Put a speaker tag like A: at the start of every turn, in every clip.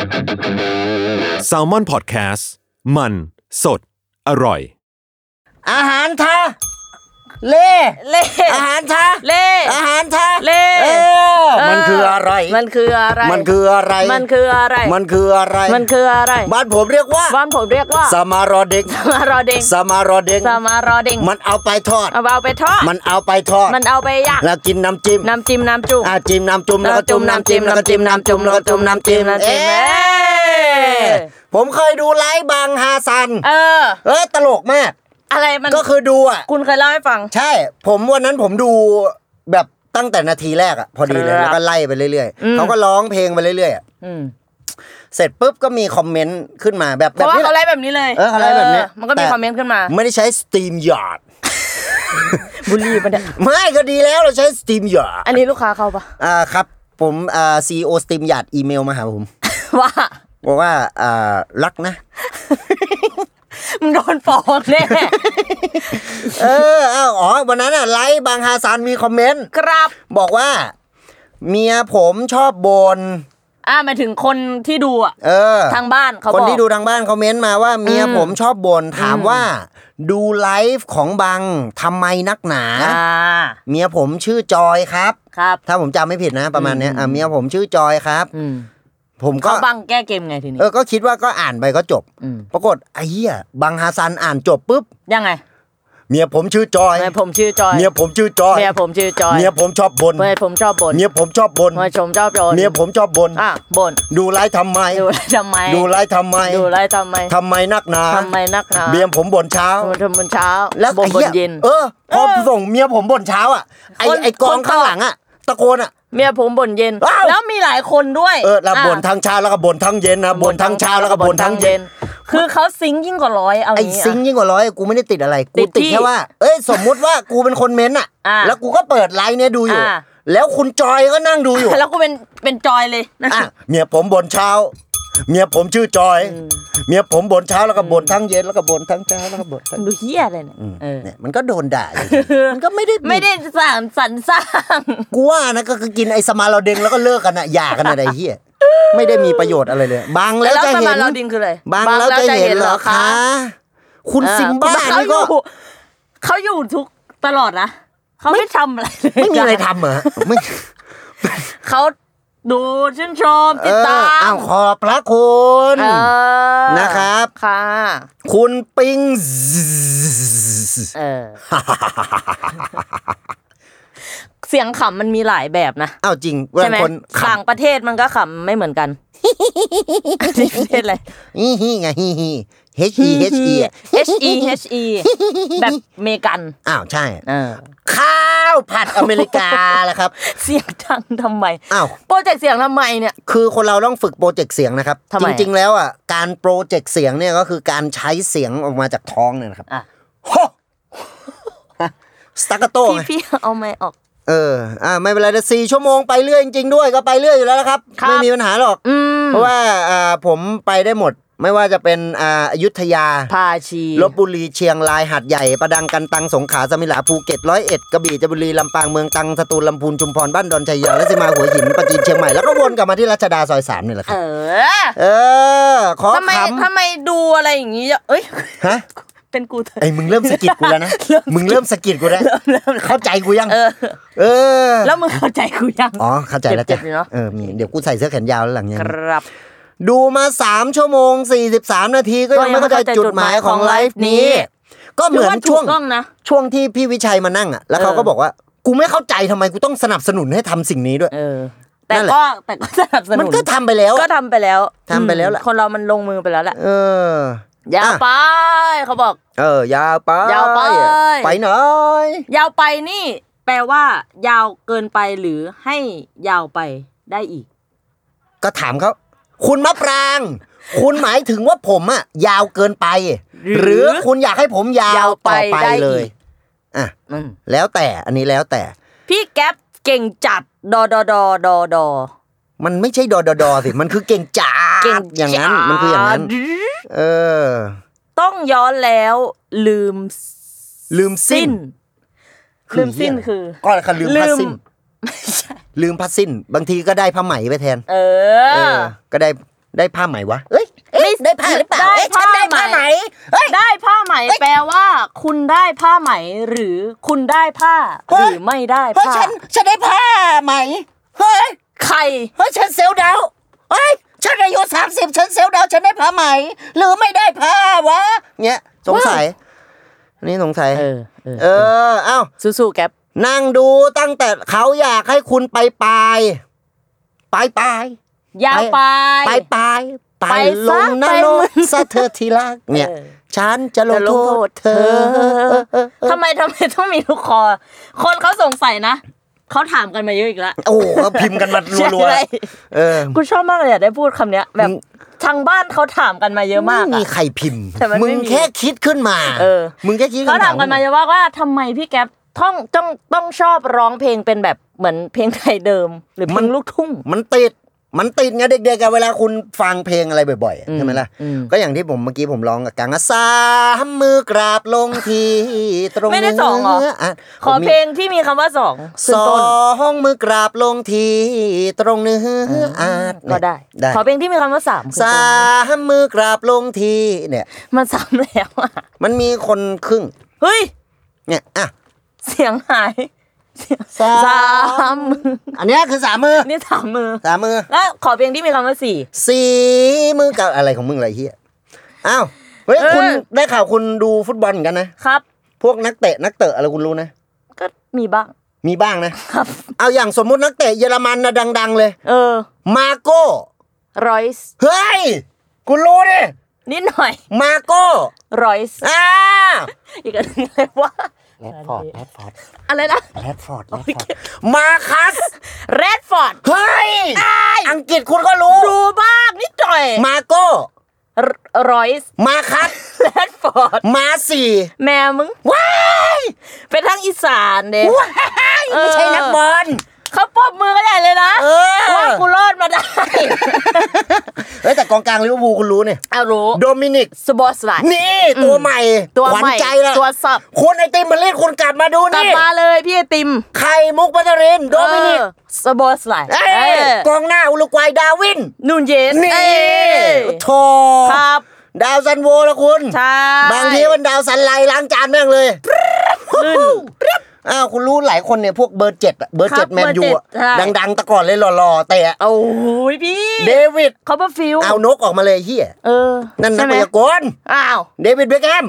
A: Salmon Podcast มันสดอร่อย
B: อาหารทะเลอาหารทะเลอาหารทะเลมันคืออะไร
C: มันคืออะไร
B: มันคืออะไร
C: มันคืออะไร
B: มันคืออะไร
C: มันคืออะไร
B: บ้านผมเรียกว่าสมารอเด็ก
C: สมารอเด็ก
B: มันเอาไปทอดมันเอาไปทอด
C: มันเอาไปย่าง
B: แล้วกินน้ำจิ้ม
C: จิ้มน้ำจุ่ม
B: จิ้มน้ำจุ่มแล้วก็จุ่มน้ำจิ้มแล้วก็จิ้มน้ำจุ่มแล้วก็จุ่มน้ำจิ้มผมเคยดูไลฟ์บางฮาซันตลกมาก
C: อะไรมัน
B: ก็คือดูอ่ะ
C: คุณเคยเล่าให้ฟัง
B: ใช่ผมวันนั้นผมดูแบบตั้งแต่นาทีแรกอ่ะพอดีเลยแล้วก็ไล่ไปเรื่อยๆเขาก็ร้องเพลงไปเรื่อยๆอ่ะเสร็จปุ๊บก็มีคอมเมนต์ขึ้นมาแบบนี้
C: เขาไล่แบบนี้เลย
B: เขาไล่แบบนี้
C: มันก็มีคอมเมนต์ขึ้นมา
B: ไม่ได้ใช้ StreamYard
C: บุลลี่ปะเนี่ย
B: ไม่ก็ดีแล้วเราใช้ StreamYard
C: อันนี้ลูกค้าเขาปะ
B: ครับผมCEO StreamYard อีเมลมาหาผม
C: ว่า
B: บอกว่ารักนะ
C: มึงโดนฟ้องแน่
B: วันนั้นไลฟ์บางฮาซันมีคอมเมนต์
C: ครับ
B: บอกว่าเมียผมชอบบ่น
C: หมายถึงคนที่ดูทางบ้านเขาบอก
B: คนที่ดูทางบ้านคอมเมนต์มาว่าเมียผมชอบบ่นถามว่าดูไลฟ์ของบังทำไมนักหนาเมียผมชื่อจอยครับถ้าผมจำไม่ผิดนะประมาณนี้เมียผมชื่อจอยครับผมก็
C: บังแก้เกมไงทีนี้
B: ก็คิดว่าก็อ่านไปก็จบปรากฏไอ้เหี้ยบังฮาซันอ่านจบปุ๊บ
C: ยังไง
B: เมียผมชื่อจอย
C: เมียผมชื่อจอย
B: เมียผมชื่อจอย
C: เมียผมชื่อจอย
B: เมียผมชอบบ่น
C: เมียผมชอบบ่น
B: เมียผมชอบบ่น
C: เมียผมชอบบ่น
B: เมียผมชอบบ่น
C: บ่น
B: ดูไลฟ์ทำไม
C: ดูไลฟ์ทำไม
B: ดูไลฟ์ทำไม
C: ดูไลฟ์ทำไม
B: ทำไมนักหนา
C: ทำไมนักหนา
B: เมียผมบ่นเช้า
C: บ่นเช้า
B: แล้ว
C: บ่นเย็น
B: พอส่งเมียผมบ่นเช้าอ่ะไอ้กองข้างหลังอ่ะตะโกนอ่ะ
C: เมียผมบ่นเย็นแล้วมีหลายคนด้วย
B: แล้วบ่นทั้งเช้าแล้วก็บ่นทั้งเย็นนะบ่นทั้งเช้าแล้วก็บ่นทั้งเย็น
C: คือเขาซิงยิ่งกว่า100เอางี้
B: ไอ้ซิงยิ่งกว่า100กูไม่ได้ติดอะไรกูติดแค่ว่าสมมุติว่ากูเป็นคนเม้นต์แล้วกูก็เปิดไลน์เนี่ยดูอยู่แล้วคุณจอยก็นั่งดูอยู่
C: แล้วกูเป็นจอยเลย
B: เมียผมบ่นเช้าเมียผมชื่อจอยเมียผมบ่นเช้าแล้วก็บ่นทั้งเย็นแล้วก็บ่นทั้งเช้าแล้วก็บ่น
C: ดูเหี้ยอะไร
B: เนี่ยมันก็โดนด่ามันก็ไม่ได้
C: สร้างสรรสร้าง
B: กูว่านะก็คือกินไอ้สมาร์ลเดงแล้วก็เลิกกันหย่ากันอะไรเหี้ยไม่ได้มีประโยชน์อะไรเลยบางแล้วจะเห็น
C: แล้วสมาร์ลเดงคืออะไร
B: บางแล้วจะเห็นเหรอคะคุณซิมบ้านี่ก็
C: เขาอยู่ทุกตลอดนะเขาไม่ทำอะไร
B: ไม่มีอะไรทำเหรอไม่
C: เขาดูชื่นชมติดตาม
B: ขอบพระคุณนะครับ
C: ค่ะ
B: คุณปิง
C: เสียงขำมันมีหลายแบบนะ
B: จริง
C: ใช่ไหมต่างประเทศมันก็ขำไม่เหมือนกันประเทศอะไร
B: ฮีไงฮีH E
C: แบบเมกัน
B: ใช่ข้าวผัดอเมริกาแหละครับ
C: เสียงดังทำไมโปรเจกต์เสียงทำไมเนี่ย
B: คือคนเราต้องฝึกโปรเจกต์เสียงนะครับจริงๆแล้วการโปรเจกต์เสียงเนี่ยก็คือการใช้เสียงออกมาจากท้องเนี่ยนะครับโฮสตากาโต้
C: พี่เอาไมค์ออก
B: ไม่เป็นไรนะ4 ชั่วโมงไปเรื่อยจริงๆด้วยก็ไปเรื่อยอยู่แล้วนะครับไม่มีปัญหาหรอกเพราะว่าผมไปได้หมดไม่ว่าจะเป็นอยุธยา
C: ภาชี
B: ลพบุรีเชียงรายหาดใหญ่ประดังกันตังสงขลาสมิลาภูเก็ต101กระบี่จันทบุรีลำปางเมืองตรังสตูลลำพูนชุมพรบ้านดอนชัยยาและสิมาหัวหินปราจีนเชียงใหม่แล้วก็วนกลับมาที่รัชดาซอย3นี่แหละครับขอ
C: ทำไมดูอะไรอย่างงี้ฮะเป็นกู
B: มึงเริ่มสะกิดกูแล้วนะมึงเริ่มสะกิดกูแล้วเข้าใจกูยัง
C: แล้วมึงเข้าใจกูยัง
B: เข้าใจแล้วจ้ะมีเดี๋ยวกูใส่เสื้อแขนยาวแล้วหลังนี้
C: ครับ
B: ดูมา3 ชั่วโมง43 นาทีก็ยังไม่เข้าใจจุดหมายของไลฟ์นี้ก็เหมือนช่วงที่พี่วิชัยมานั่งแล้วเขาก็บอกว่ากูไม่เข้าใจทำไมกูต้องสนับสนุนให้ทำสิ่งนี้ด้วย
C: แต่ก็สนับสนุน
B: มันก็ทำไปแล้ว
C: แหละคนเรามันลงมือไปแล้วแหละยาวไปเขาบอก
B: ยาวไปไปหน่อย
C: ยาวไปนี่แปลว่ายาวเกินไปหรือให้ยาวไปได้อีก
B: ก็ถามเขาคุณมะปรางคุณหมายถึงว่าผมยาวเกินไปหรือคุณอยากให้ผมยาวต่อไปเลยแล้วแต่อันนี้แล้วแต่
C: พี่แก๊ปเก่งจัดด
B: มันไม่ใช่ดสิมันคือเก่งจ๋าอย่างนั้นมันคืออย่างนั้น
C: ต้องย้อนแล้วลืมสิ้นคือ
B: ก็ลืมพัดสิ้นลืมพัดสิ้นบางทีก็ได้ผ้าไหมไปแทนก็ได้ได้ผ้าไหมวะเอ้ยได้ผ้าหรือเปล่าฉันได้ผ้าไหม
C: ได้ผ้าไหมแปลว่าคุณได้ผ้าไหมหรือคุณได้ผ้าหรือไม่ได้ผ้า
B: ฉันได้ผ้าไหมเฮ้ย
C: ใคร
B: ฉันเซลล์ดาวฉันอายุ30ฉันเซลล์ดาวฉันได้ผ้าไหมหรือไม่ได้ผ้าวะเนี่ยสงสัยนี่สงสัยเอ้า
C: สู้ๆแก๊ป
B: นั่งดูตั้งแต่เขาอยากให้คุณไป
C: ยาว
B: ไปลงนรกซะเธอทีละเนี่ยฉันจะลงโทษเธอ
C: ทำไมต้องมีทุกคนเขาสงสัยนะเขาถามกันมาเยอะอีกแล้ว
B: โอ้พิมพ์กันมารัว
C: ๆกูชอบมากเลยได้พูดคำเนี้ยแบบทางบ้านเขาถามกันมาเยอะมาก
B: ไม่มีใครพิมพ์มึงแค่คิดขึ้นมามึงแค่คิด
C: เขาถามกันมาเยอะว่าทำไมพี่แก๊ปต้องชอบร้องเพลงเป็นแบบเหมือนเพลงไทยเดิมหรือเพลงลูกทุ่ง
B: มันติดไงเด็กๆกันเวลาคุณฟังเพลงอะไรบ่อยๆใช่ไหมล่ะก็อย่างที่ผมเมื่อกี้ผมร้องกับกังสามมือกราบลงทีตรง
C: ไม่ได้2หรอขอเพลงที่มีคำว่า
B: 2มือกราบลงทีตรงเนื้ออาจ
C: ก็ได้ขอเพลงที่มีคำว่า
B: 3มือกราบลงทีเนี่ย
C: มันซ้ำแล้ว
B: มันมีคนครึ่ง
C: เฮ้ย
B: เนี่ย
C: เสียงหาย3 มือ
B: อันนี้คือ3 มือ
C: นี่3 มือแล้วขอเพลงที่มีคำว่า
B: 4มือกับอะไรของมึงอะไรเฮียอ้าวเฮ้ยคุณได้ข่าวคุณดูฟุตบอลกันนะครับพวกนักเตะอะไรคุณรู้นะ
C: ก็มีบ้าง
B: นะครับเอาอย่างสมมุตินักเตะเยอรมันนะดังๆเลยมาโก้
C: รอยส์
B: เฮ้ยคุณรู้ดิ
C: นิดหน่อย
B: มาโก้
C: รอยส์อีกอันนึงเลยว่า
B: แรดฟอร์ด
C: อะไรนะ
B: แรดฟอร์ดมาคัส
C: แรดฟอร์ด
B: เฮ้ยอังกฤษคุณก็รู้
C: บ้างนิดหน่อย
B: มาโก้
C: รอยส์
B: มาคัส
C: แรดฟอร์ด
B: มา4
C: แม่มึง
B: ว้าย
C: เป็นทางอีสานเด้
B: ไม่ใช่นักบอล
C: เขาปรบมือกันใหญ่เลยนะว่ากูรอดมาได้
B: แต่กองกลางลิเวอร์พูลคุณรู้เนี่ย
C: รู้
B: โดมินิก
C: สบอสไล
B: นี่ตัวใหม่ขวัญใจแล้ว
C: ตัวสับ
B: คุณไอติมมันเล่นคุณกลับมาดูนี่
C: กลับมาเลยพี่ไอติม
B: ไข่มุกปัตรินโดมินิก
C: สบอสไล
B: กองหน้าอุรุกวัยดาวิน
C: นูนเยส
B: นี่โธ่
C: ครับ
B: ดาวซันโวละคุณบางทีมันดาวซันไลล้างจานแม่งเลยคุณรู้หลายคนเนี่ยพวกเบอร์7แมนยูดังๆตะก่อนเลยหล่อๆแต่
C: โอ้ยพี่
B: เดวิด
C: คอปเปอร์ฟิลด์
B: เอานกออกมาเลยเฮียนั่นนักพยากรณ์เดวิดเบคแฮม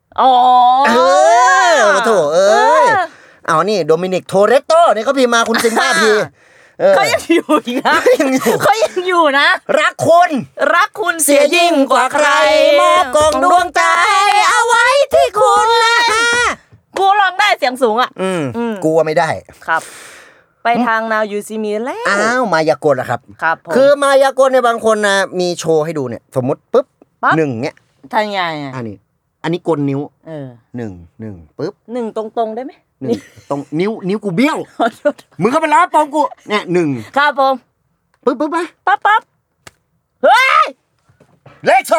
B: โถเอานี่โดมินิกโทเรตโตนี่เขาพิมพ์มาคุณซิมบ้าพี
C: เขายังอยู่อีกนะเขายังอยู่นะ
B: รักคุณ
C: เสียยิ่งกว่าใคร
B: มอบกองดวงใจเอาไว้ที่คุณละ
C: กูร้องได้เสียงสูง
B: กูไม่ได้
C: ครับไปทาง Now You See Me แล้ว
B: มายากลนะครับ
C: ครับ
B: คือมายากลในบางคนนะมีโชว์ให้ดูเนี่ยสมมติปุ๊บ1เงี้ย
C: ทำยังไง
B: อันนี้กลนิ้ว1ปุ๊บ
C: 1ตรงๆได้ไหม
B: ตรงนิ้วกูเบี้ยวมึงเข้าไปล้อปองกูเนี่ย1
C: ครับผม
B: ปุ๊บไป
C: ปั๊บเฮ้ย
B: เลข2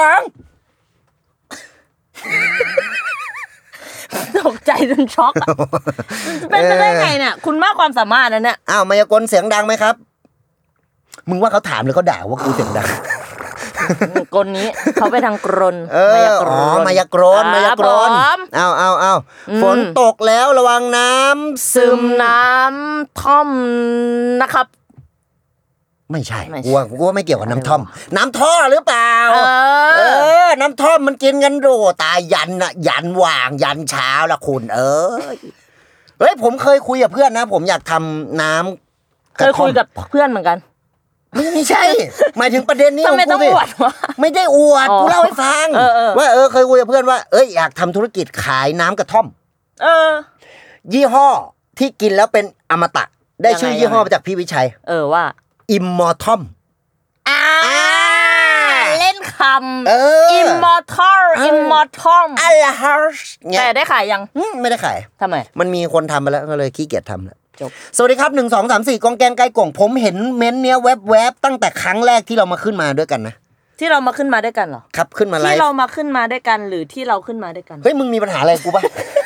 C: ตกใจจนช็อกเป็นไปได้ไงเนี่ยคุณมากความสามารถนะเนี่ย
B: มายากลเสียงดังไหมครับมึงว่าเขาถามหรือเขาด่าว่ากูเสียงดัง
C: กลนี้เขาไปทางกรน
B: มายากลเอาฝนตกแล้วระวังน้ำซึม
C: น้ำท่อมนะครับ
B: ไม่ใช่กูว่าไม่เกี่ยวกับน้ำท่อมน้ำท่อหรือเปล่าน้ำท่อมมันกินกันโดตายยันว่างยันเช้าละคุณเฮ้ยผมเคยคุยกับเพื่อนนะผมอยากทำน้ำ
C: เคยคุยกับเพื่อนเหมือนกัน
B: ไม่ใช่หมายถึงประเด็นนี้
C: ทำไมต้องอวดวะ
B: ไม่ได้อวดกูเล่าให้ฟังว่าเคยคุยกับเพื่อนว่าอยากทำธุรกิจขายน้ำกระท่อมยี่ห้อที่กินแล้วเป็นอมตะได้ชื่อยี่ห้อมาจากพี่วิชัย
C: ว่า
B: Immortal
C: เล่นคำ Immortal แต่ได้ขายยัง
B: ไม่ได้ขาย
C: ทำไม
B: มันมีคนทำไปแล้วก็เลยขี้เกียจทำแล้วจบสวัสดีครับ1 2 3 4กองแกงไก่ก่งผมเห็นเม้นเนี้ยแวบๆตั้งแต่ครั้งแรกที่เรามาขึ้นมาด้วยกันนะ
C: ที่เรามาขึ้นมาด้วยกันเหรอ
B: ครับขึ้นมาไลฟ์
C: ที่เรามาขึ้นมาด้วยกันหรือที่เราขึ้นมาด้วยกัน
B: เฮ้ยมึงมีปัญหาอะไรกูป่ะ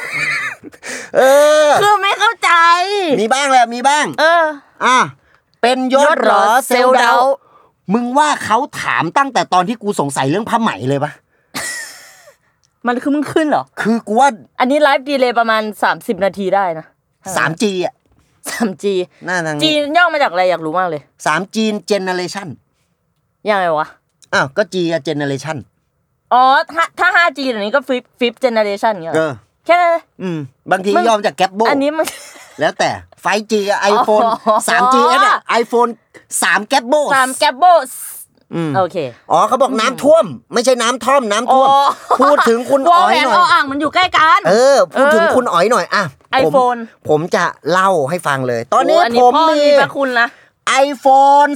C: คือไม่เข้าใจ
B: มีบ้างแหละมีบ้างเป็นยศหรอเซลดาวมึงว่าเขาถามตั้งแต่ตอนที่กูสงสัยเรื่องผ้าไหมเลยปะ
C: มันคือมึงขึ้นเหรอ
B: คือกูว่า
C: อันนี้ไลฟ์ดีเลย์ประมาณ30นาทีได้นะ
B: 3G อ่ะ
C: 3G
B: น่า
C: จีนย่อมาจากอะไรอยากรู้มากเลย
B: 3G generation
C: ยังไงวะ
B: อ้าวก็ G generation
C: อ๋อถ้า 5G เดี๋ยวนี้ก็ fifth generation เงี้ยแค่
B: บางทีย่อมาจากแก๊ปโบ
C: อันนี้มัน
B: แล้วแต่ 5G iPhone 3GS อ่ะ iPhone 3แก๊ปโบ
C: 3แก๊ปโบโอเค
B: อ๋อเขาบอกน้ำท่วมไม่ใช่น้ำท่อมน้ำท่วมพูดถึงคุณอ๋อยหน่อย
C: อ่างมันอยู่ใกล้กัน
B: พูดถึงคุณอ๋อยหน่อยอ่ะ
C: iPhone
B: ผมจะเล่าให้ฟังเลยตอนนี้ผมมี
C: พระคุณนะ
B: iPhone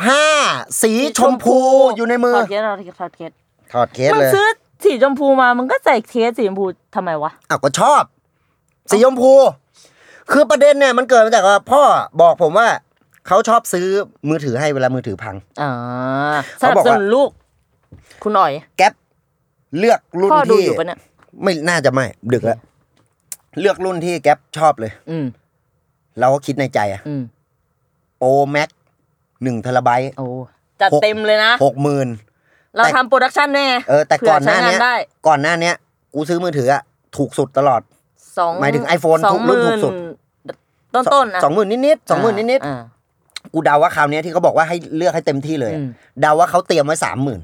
B: 15สีชมพูอยู่ในมือถอดเคสเลย
C: มึงซื้อสีชมพูมามึงก็ใส่เคสสีชมพูทำไมวะ
B: อ้าวก็ชอบสีชมพูคือประเด็นเนี่ยมันเกิดมาจากว่าพ่อบอกผมว่าเขาชอบซื้อมือถือให้เวลามือถือพัง
C: เขาบอกว่าลูกคุณอ๋อย
B: แก๊ปเลือกรุ่นที่ไม่น่าจะไม่ดึกแล้วเลือกรุ่นที่แก๊ปชอบเลยเราก็คิดในใจโปรแม็ก1 TB
C: โอ้จัดเต็มเลยนะ
B: 60,000
C: เราทำโปรดักชั่นแน่
B: แต่ก่อนหน้านี้กูซื้อมือถือถูกสุดตลอดหมายถึง iPhone ทุกรุ่นถูกสุด
C: ต้นๆนะ
B: 20,000นิดๆ20,000นิดๆกูเดาว่าคราวนี้ที่เขาบอกว่าให้เลือกให้เต็มที่เลยเดาว่าเขาเตรียมไว้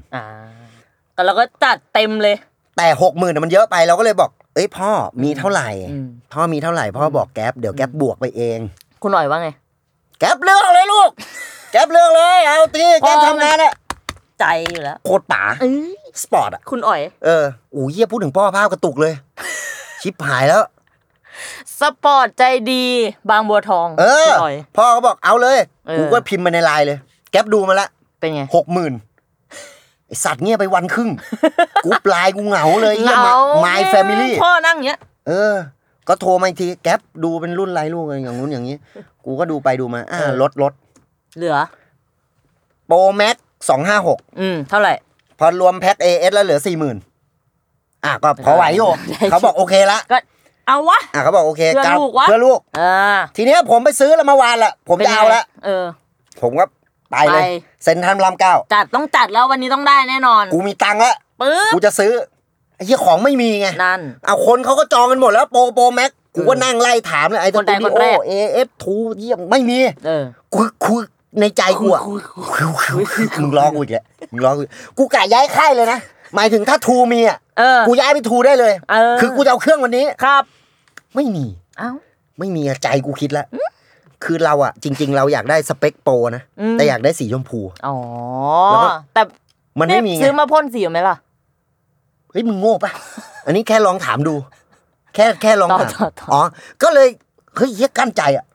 B: 30,000
C: ก็เราก็จัดเต็มเลย
B: แต่ 60,000มันเยอะไปเราก็เลยบอกเอ้ยพ่อมีเท่าไหร่พ่อมีเท่าไหร่พ่อบอกแก๊ปเดี๋ยวแก๊ปบวกไปเอง
C: คุณหน่อยว่าไง
B: แก๊ปเลือกเลยลูกแก๊ปเลือกเลยเอาตีแก๊ปทำงานอะ
C: ใจอยู่แล้ว
B: โคตรป๋าสปอร์ตอ่ะ
C: คุณอ๋อย
B: โอ้ยเหี้ยพูดถึงพ่อภาพกระตุกเลยชิบหายแล้ว
C: สปอร์ตใจดีบางบัวทอง
B: คุณอ๋อยพ่อก็บอกเอาเลยกูก็พิมพ์มาในไลน์เลยแก๊ปดูมาละ
C: เป็นไง
B: 60,000ไอสัตว์เงี้ยไปวันครึ่งกูปลายกูเหงาเลยเงี้ยMy Family
C: พ่อนั่งเงี้ย
B: ก็โทรมาอีกทีแก๊ปดูเป็นรุ่นไรลูกอย่างนู้นอย่างนี้กูก็ดูไปดูมาลด
C: เหลือ
B: โปรแม็ก256
C: เท่าไหร่
B: พอรวมแพ็ค AS แล้วเหลือ 40,000ก็พอไหวอยู่เขาบอกโอเคละ
C: ก็เอาวะ
B: เขาบอกโอเค
C: เพื่อลูก
B: ทีเนี้ยผมไปซื้อแล้วเมื่อวานละผมจะเอาละผมก็ไปเลยเซ็นทรัลพระราม9
C: ต้องจัดแล้ววันนี้ต้องได้แน่นอน
B: กูมีตังค์ละกูจะซื้อไอ้เหี้ยของไม่มีไง
C: นั่น
B: เอาคนเขาก็จองกันหมดแล้วโปรแม็กกูก็นั่งไล่ถามเลยไอ้ตัวดีโอ AF2 เยี่ยมไม่มีกูในใจกูอ่ะมึงล้อกูอีกแหละกูกะย้ายค่ายเลยนะหมายถึงถ้าทูมีอ่ะกูย้ายไปทูได้เลยคือกูจะเอาเครื่องวันนี้
C: ครับ
B: ไม่มีไม่มีใจกูคิดแล้วคือเราอ่ะจริงๆเราอยากได้สเปคโปรนะแต่อยากได้สีชมพู
C: แต่
B: มันไม่มี
C: ซื้อมาพ่นสีไหมล่ะ
B: เฮ้ยมึงโง่ป่ะอันนี้แค่ลองถามดูแค่ลองถามก็เลยเฮ้ยเหี้ยกั้นใจอ่ะ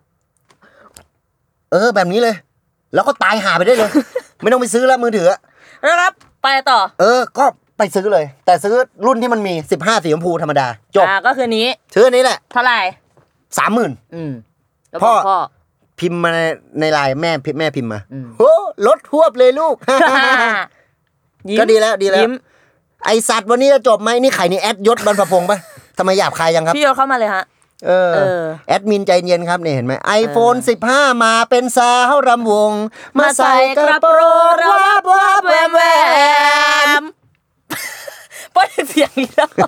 B: แบบนี้เลยแล้วก็ตายหาไปได้เลยไม่ต้องไปซื้อแล้วมือถือ
C: แล้วครับไปต่อ
B: ก็ไปซื้อเลยแต่ซื้อรุ่นที่มันมี15สีชมพูธรรมดาจบ
C: ก็คือนี้
B: ซื้ออันนี้แหละ
C: เท่าไหร่
B: 30,000พ่อพิมพ์มาในไลน์แม่พิมพ์มาโอ้ลดหวบเลยลูกก็ดีแล้วไอสัตว์วันนี้จะจบไหมนี่ไข่นี่แอดยศบรรพพงษ์ป่ะทำไมหยาบคายยังครับ
C: พี่ยศเข้ามาเลยฮะ
B: แอดมินใจเย็นครับเนี่ยเห็นไหม iPhone 15มาเป็นสาวรำวงมาใส่กระโปรงวับแวม
C: ป้อนเสียงอีกแล้ว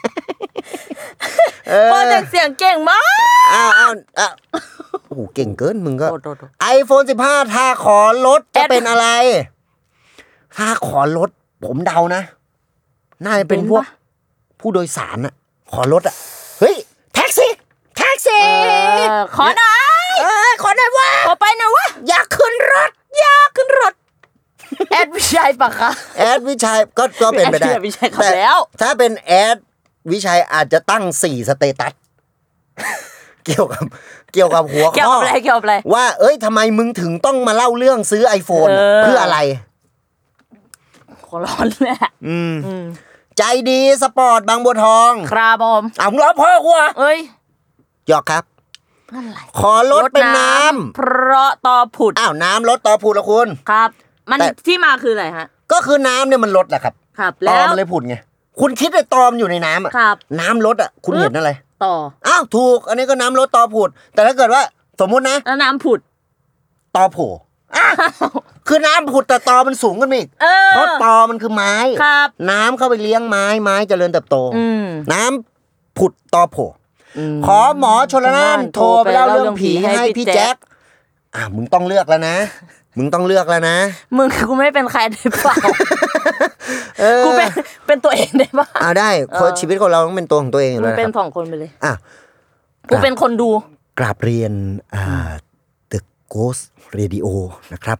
C: ป้อนเสียงเก่งมาก
B: โอ้โหเก่งเกินมึงก็ iPhone 15ถ้าขอลดจะเป็นอะไรถ้าขอลดผมเดานะน่าจะเป็นพวกผู้โดยสารอะขอลดอะเฮ้ยแท็กซี่
C: ขอหน่อยว่าขอไปหน่อยวะ
B: อยากขึ้นรถ
C: แอดวิชัยปะคะ
B: แอดวิชัยก็เป็นไปได้
C: วิชัยขับแล้ว
B: ถ้าเป็นแอดวิชัยอาจจะตั้ง4สเตตัสเกี่ยวกับหัวข้อว่าทำไมมึงถึงต้องมาเล่าเรื่องซื้อ iPhone เพื่ออะไร
C: ขอร้อนแหละ
B: ใจดีสปอร์ตบางบัวทอง
C: ครับผม
B: มึงล้อพ่อกูอ่ะหยอกครับขอลดเป็นน้ำ
C: เพราะตอผุด
B: น้ำลดตอผุดละคุณ
C: ครับมันที่มาคืออะไรฮะ
B: ก็คือน้ำเนี่ยมันลดแหละครับ
C: แล้ว
B: มันเลยผุดไงคุณคิดไอ้ตอมอยู่ในน้ำอ่ะน้ำลดอ่ะคุณเห็นอะไร
C: ต่อ
B: ถูกอันนี้ก็น้ำลดตอผุดแต่ถ้าเกิดว่าสมมุตินะ
C: แล้วน้ำผุด
B: ตอโผล่คือน้ำผุดแต่ตอมันสูงขึ้นมาอีกเพราะตอมันคือไม้น้ำเข้าไปเลี้ยงไม้เจริญเติบโตน้ำผุดตอโผล่ขอหมอชลน่านโทรไปเล่าเรื่องผีให้พี่แจ็คมึงต้องเลือกแล้วนะมึงกูไม่เป็นใครได้เปล่ากูเป็นตัวเองได้ป่ะได้ชีวิตของเราต้องเป็นตัวของตัวเองอยู่แล้วเป็นสองคนไปเลยกูเป็นคนดูกราบเรียนThe Ghost Radio นะครับ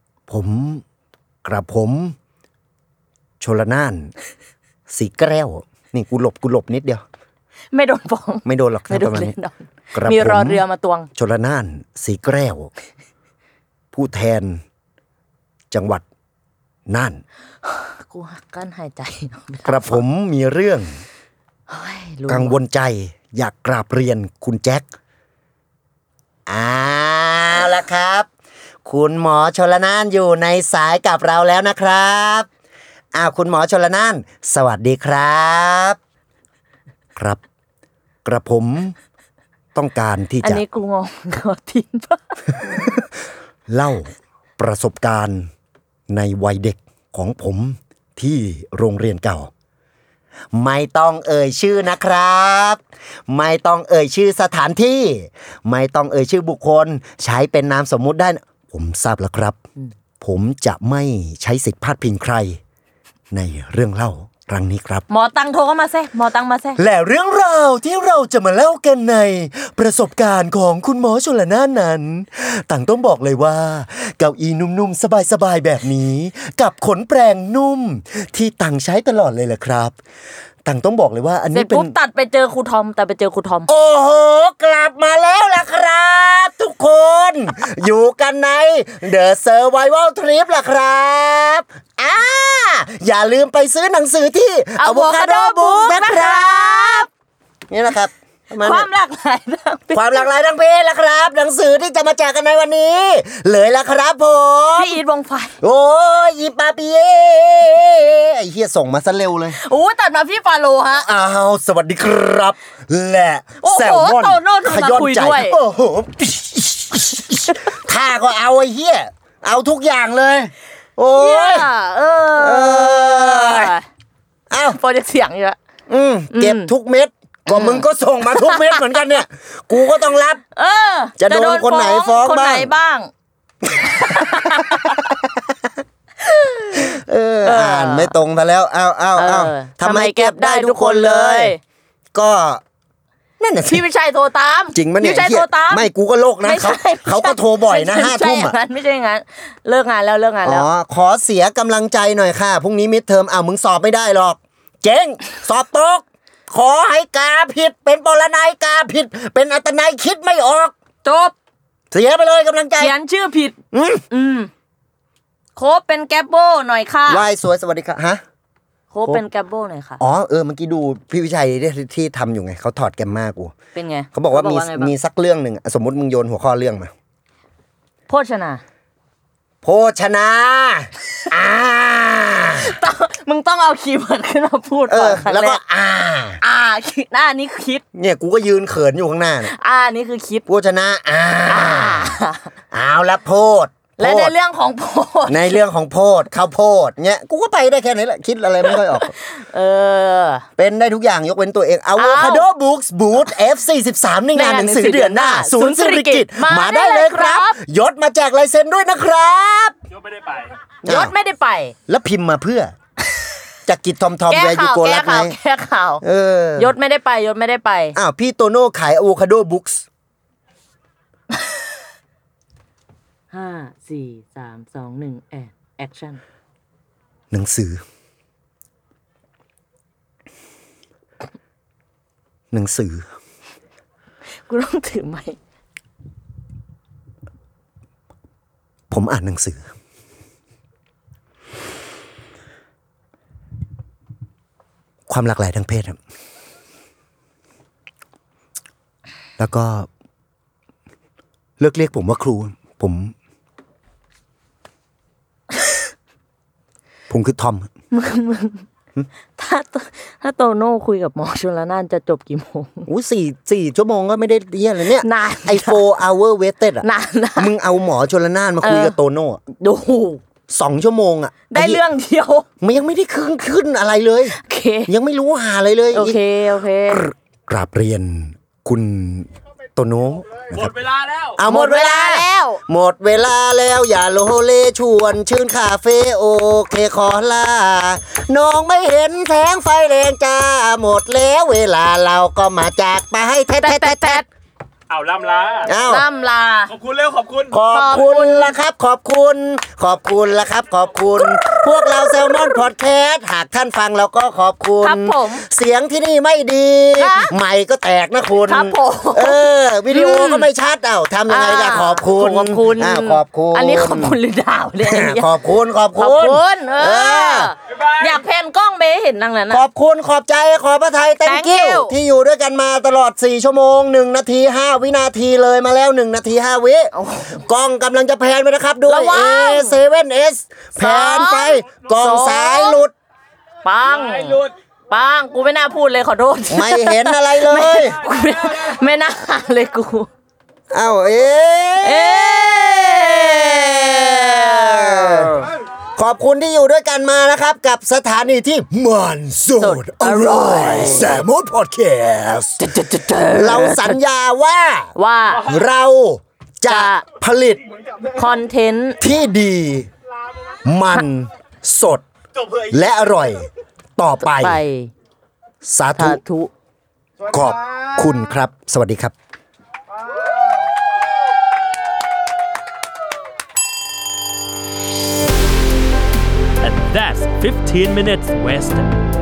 B: ผมชลน่านสีแก้วนี่กูหลบนิดเดียวไม่โดนฟ้องไม่โดนหรอกประมาณนี้มีรอเรือมาตวงชลน่านสีแก้วผู้แทนจังหวัดน่านกูกั้นหายใจกระผมมีเรื่องกังวลใจอยากกราบเรียนคุณแจ็คละครับคุณหมอชลน่านอยู่ในสายกับเราแล้วนะครับคุณหมอชลน่านสวัสดีครับครับกระผมต้องการที่จะอันนี้กูงงขอทิ้งป่ะเล่าประสบการณ์ในวัยเด็กของผมที่โรงเรียนเก่าไม่ต้องเอ่ยชื่อนะครับไม่ต้องเอ่ยชื่อสถานที่ไม่ต้องเอ่ยชื่อบุคคลใช้เป็นนามสมมุติได้ผมทราบแล้วครับผมจะไม่ใช้สิทธิ์พาดพิงใครในเรื่องเล่าครั้งนี้ครับหมอตังโทรเข้ามาแซ่หมอตังมาแซ่และเรื่องราวที่เราจะมาเล่ากันในประสบการณ์ของคุณหมอชลน่านนั้นตังต้องบอกเลยว่าเก้าอี้นุ่มๆสบายๆแบบนี้กับขนแปรงนุ่มที่ตังใช้ตลอดเลยแหละครับตังต้องบอกเลยว่าอันนี้เป็นปุ๊บตัดไปเจอครูทอมโอ้โหกลับมาแล้วล่ะครับทุกคนอยู่กันใน The Survival Trip ล่ะครับอย่าลืมไปซื้อหนังสือที่ Avocado Books นะครับนี่นะครับความหลากหลายทางเพศล่ะครับหนังสือที่จะมาแจกกันในวันนี้เลยล่ะครับผมพี่อีทวงไฟโอ้ยอีปาปีไอ้เหี้ยส่งมาซะเร็วเลยโอ้ตัดมาพี่ฟาโลฮะสวัสดีครับและแซลมอนขย้อนใจโอ้โหข้าก็เอาไอ้เหี้ยเอาทุกอย่างเลยโอ้ยพอจะเสียงอยู่ละเก็บทุกเม็ดก็มึงก็ส่งมาทุกเม็ดเหมือนกันเนี่ยกูก็ต้องรับจะโดนคนไหนฟ้องบ้างอ่านไม่ตรงซะแล้วเอาทำไมเก็บได้ทุกคนเลยก็นั่นน่ะพี่วิชัยโทรตามจริงมั้ยเนี่ยพี่วิชัยโทรตามไม่กูก็โลกนะเขาก็โทรบ่อยนะ 5 ทุ่มอ่ะไม่ใช่งั้นเลิกงานแล้วขอเสียกำลังใจหน่อยค่ะพรุ่งนี้มิดเทอมมึงสอบไม่ได้หรอกเจ๊งสอบตกขอให้กาผิดเป็นปรนัยกาผิดเป็นอัตนัยคิดไม่ออกจบเสียไปเลยกำลังใจเขียนชื่อผิดโคบเป็นแกปโบหน่อยค่ะวายสวยสวัสดีค่ะฮะโคบเป็นแกปโบหน่อยค่ะเมื่อกี้ดูพี่วิชัยที่ทำอยู่ไงเขาถอดแกมมากูเป็นไงเขาบอกว่ามีสักเรื่องหนึ่งสมมติมึงโยนหัวข้อเรื่องมาโภชนามึงต้องเอาคีย์เวิร์ดขึ้นมาพูดก่อนแล้วก็หน้านี้คิดเนี่ยกูก็ยืนเขินอยู่ข้างหน้าเนี่ยนี่คือคิดโภชนาเอาละโพดและในเรื่องของโพดข้าวโพดเนี่ยกูก็ไปได้แค่นี้แหละคิดอะไรไม่ค่อยออกเป็นได้ทุกอย่างยกเว้นตัวเอง Avocado Books Booth F43 ในงานหนังสือเดือนหน้าศูนย์สิริกิติ์มาได้เลยครับยศมาแจกลายเซ็นด้วยนะครับยศไม่ได้ไปแล้วพิมพ์มาเพื่อจากกิจทอมแวร์ยูโกลัสไงแก้ข่าวยศไม่ได้ไปพี่โตโน่ขาย Avocado Books 5 4 3 2 1แอคชั่นหนังสือกูต้องถือไหมผมอ่านหนังสือความหลากหลายทางเพศครับแล้วก็เลิกเรียกผมว่าครูผมคือทอม
C: ถ้าถ้าโตโน่คุยกับหมอชลน่านจะจบกี่โมง
B: อู้สี่ชั่วโมงก็ไม่ได้เยี่ยเลยเนี่ย
C: นาน
B: ไอ้4 hour waited อ่ะ
C: นาน
B: มึงเอาหมอชลน่านมาคุยกับโตโน่
C: ดู
B: 2 ชั่วโมงอ่ะ
C: ได้เรื่องเดียว
B: มันยังไม่ได้ขึ้นอะไรเลย
C: โอเค
B: ยังไม่รู้หาอะไรเลย
C: โอเค
B: กราบเรียนคุณโตโน่
D: หมดเวลาแล้ว
B: หมดเวลาแล้วอย่าโลเลชวนชื่นคาเฟ่โอเคขอลาน้องไม่เห็นแสงไฟแรงจ้าหมดแล้วเวลาเราก็มาจากไปให้แท้
D: เอาล่ำลาขอบคุณเร็วขอบคุณ
B: ละครับขอบคุณละครับขอบคุณพวกเราแซลมอนพอดแคสต์หากท่านฟังเราก็ขอบคุณเสียงที่นี่ไม่ดีไมค์ก็แตกนะคุณวิดีโอก็ไม่ชัดทำยังไงล่ะขอบคุณ
C: อันนี้ขอบคุณหรือดาวเลย
B: ขอบคุณ
C: อยากแพนกล้องไปเห็นนั่งนั้น
B: ขอบคุณขอบใจขอพระทัย thank you ที่อยู่ด้วยกันมาตลอด4 ชั่วโมง1 นาที 5 วินาทีเลยมาแล้ว1 นาที 5 วิกล้องกำลังจะแพนไปนะครับด้วย A7S แพนไปกล้องสายหลุด
C: ปังกูไม่น่าพูดเลยขอโทษ
B: ไม่เห็นอะไรเลย
C: ไม่น่าเลยกู
B: ขอบคุณที่อยู่ด้วยกันมานะครับกับสถานีที่มันสดอร่อยแซลมอนพอดแคสต์เราสัญญาว่าเราจะผลิต
C: คอนเทนต์
B: ที่ดีมันสดและอร่อยต่อไปสาธุขอบคุณครับสวัสดีครับ
E: And that's 15 minutes Western.